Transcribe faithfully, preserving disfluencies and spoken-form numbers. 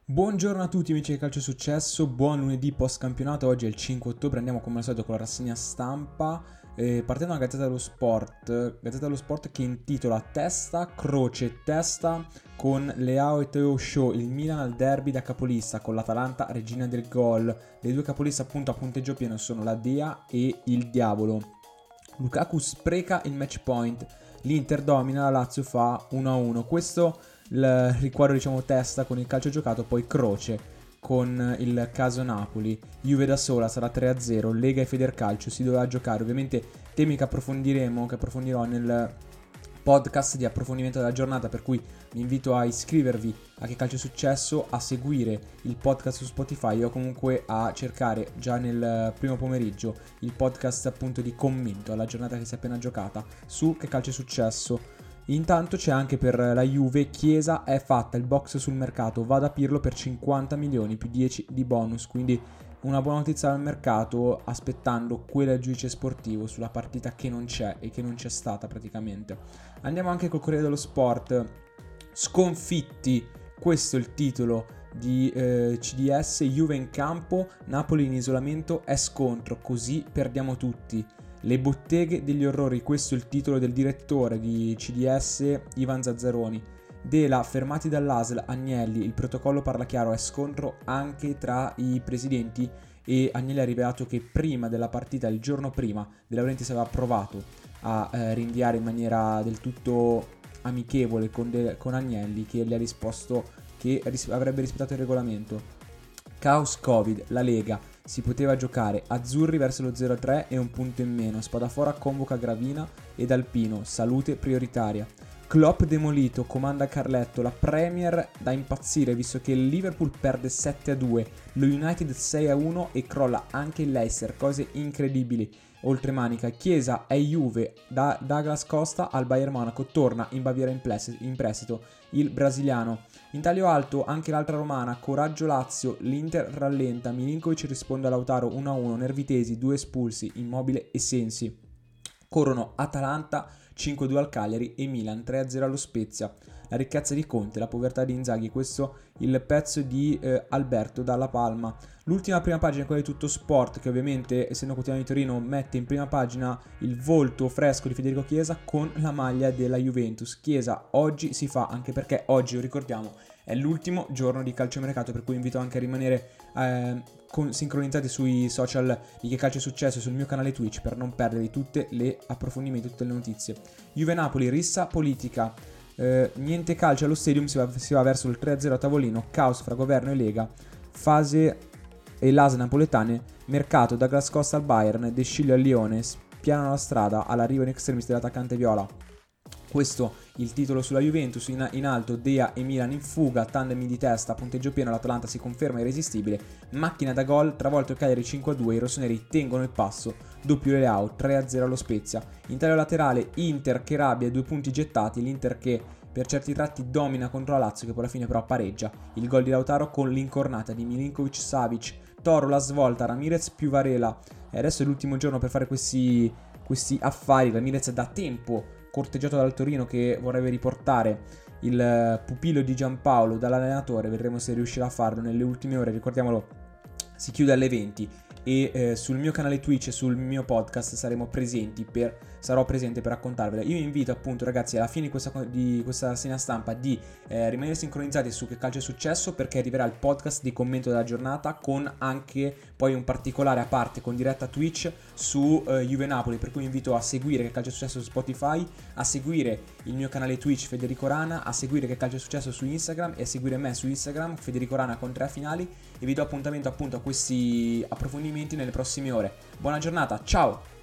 Buongiorno a tutti amici di Calcio Successo, buon lunedì post campionato. Oggi è il cinque ottobre, andiamo come al solito con la rassegna stampa, eh, partendo dalla Gazzetta dello Sport, Gazzetta dello Sport che intitola Testa, Croce, Testa con Leao e Theo Show, il Milan al derby da capolista con l'Atalanta regina del gol. Le due capoliste appunto a punteggio pieno sono la Dea e il Diavolo. Lukaku spreca il match point, l'Inter domina, la Lazio fa uno a uno. Questo il riquadro, diciamo, testa con il calcio giocato, poi croce con il caso Napoli. Juve da sola sarà tre a zero, Lega e Federcalcio si doveva giocare. Ovviamente temi che approfondiremo, che approfondirò nel podcast di approfondimento della giornata, per cui vi invito a iscrivervi a Che Calcio è Successo, a seguire il podcast su Spotify o comunque a cercare già nel primo pomeriggio il podcast appunto di commento alla giornata che si è appena giocata su Che Calcio è Successo. Intanto c'è anche per la Juve, Chiesa è fatta, il box sul mercato, va da Pirlo per cinquanta milioni più dieci di bonus, quindi una buona notizia al mercato, aspettando quella del giudice sportivo sulla partita che non c'è e che non c'è stata praticamente. Andiamo anche col Corriere dello Sport, sconfitti, questo è il titolo di eh, C D S, Juve in campo, Napoli in isolamento, è scontro, così perdiamo tutti. Le botteghe degli orrori, questo è il titolo del direttore di C D S, Ivan Zazzaroni. Dela, fermati dall'A S L, Agnelli, il protocollo parla chiaro, è scontro anche tra i presidenti e Agnelli ha rivelato che prima della partita, il giorno prima, De Laurentiis aveva provato a eh, rinviare in maniera del tutto amichevole con, De- con Agnelli, che gli ha risposto che ris- avrebbe rispettato il regolamento. Caos Covid, la Lega, si poteva giocare, azzurri verso lo zero a tre e un punto in meno, Spadafora convoca Gravina ed Alpino, salute prioritaria. Klopp demolito, comanda Carletto, la Premier da impazzire visto che il Liverpool perde sette a due, lo United sei a uno e crolla anche il Leicester, cose incredibili. Oltremanica, Chiesa è Juve, da Douglas Costa al Bayern Monaco, torna in Baviera in, ples- in prestito il brasiliano. In taglio alto anche l'altra romana, coraggio Lazio, l'Inter rallenta, Milinkovic risponde a Lautaro uno a uno, Nervitesi, due espulsi, Immobile e Sensi. Corrono Atalanta cinque a due al Cagliari e Milan tre a zero allo Spezia. La ricchezza di Conte, la povertà di Inzaghi, questo il pezzo di eh, Alberto Dalla Palma. L'ultima prima pagina è quella di Tutto Sport, che ovviamente, essendo quotidiano di Torino, mette in prima pagina il volto fresco di Federico Chiesa con la maglia della Juventus. Chiesa oggi si fa, anche perché oggi, lo ricordiamo, è l'ultimo giorno di calciomercato, per cui invito anche a rimanere eh, con, sincronizzati sui social di Che Calcio è Successo, sul mio canale Twitch, per non perdervi tutte le approfondimenti, tutte le notizie. Juve-Napoli, rissa politica. Eh, niente calcio allo stadium, si va, si va verso il tre a zero a tavolino, caos fra governo e Lega, fase e l'A S L napoletane, mercato da Douglas Costa al Bayern, De Sciglio al Lione, spianano la strada all'arrivo in extremis dell'attaccante viola. Questo il titolo sulla Juventus, in, in alto Dea e Milan in fuga, tandem di testa, punteggio pieno, l'Atalanta si conferma irresistibile, macchina da gol, travolto il Cagliari cinque a due, i rossoneri tengono il passo, doppio Leao, tre a zero allo Spezia. In taglio laterale Inter che rabbia, due punti gettati, l'Inter che per certi tratti domina contro la Lazio che poi alla fine però pareggia. Il gol di Lautaro con l'incornata di Milinkovic-Savic, Toro la svolta, Ramirez più Varela, e adesso è l'ultimo giorno per fare questi, questi affari. Ramirez da tempo corteggiato dal Torino che vorrebbe riportare il pupillo di Giampaolo dall'allenatore, vedremo se riuscirà a farlo nelle ultime ore. Ricordiamolo, si chiude alle venti e eh, sul mio canale Twitch e sul mio podcast saremo presenti per, sarò presente per raccontarvela. Io vi invito appunto ragazzi alla fine di questa, di questa rassegna stampa di eh, rimanere sincronizzati su Che Calcio è Successo, perché arriverà il podcast di commento della giornata con anche poi un particolare a parte con diretta Twitch su eh, Juve Napoli, per cui vi invito a seguire Che Calcio è Successo su Spotify, a seguire il mio canale Twitch Federico Rana, a seguire Che Calcio è Successo su Instagram e a seguire me su Instagram Federico Rana con tre finali, e vi do appuntamento appunto a questi approfondimenti nelle prossime ore. Buona giornata, ciao!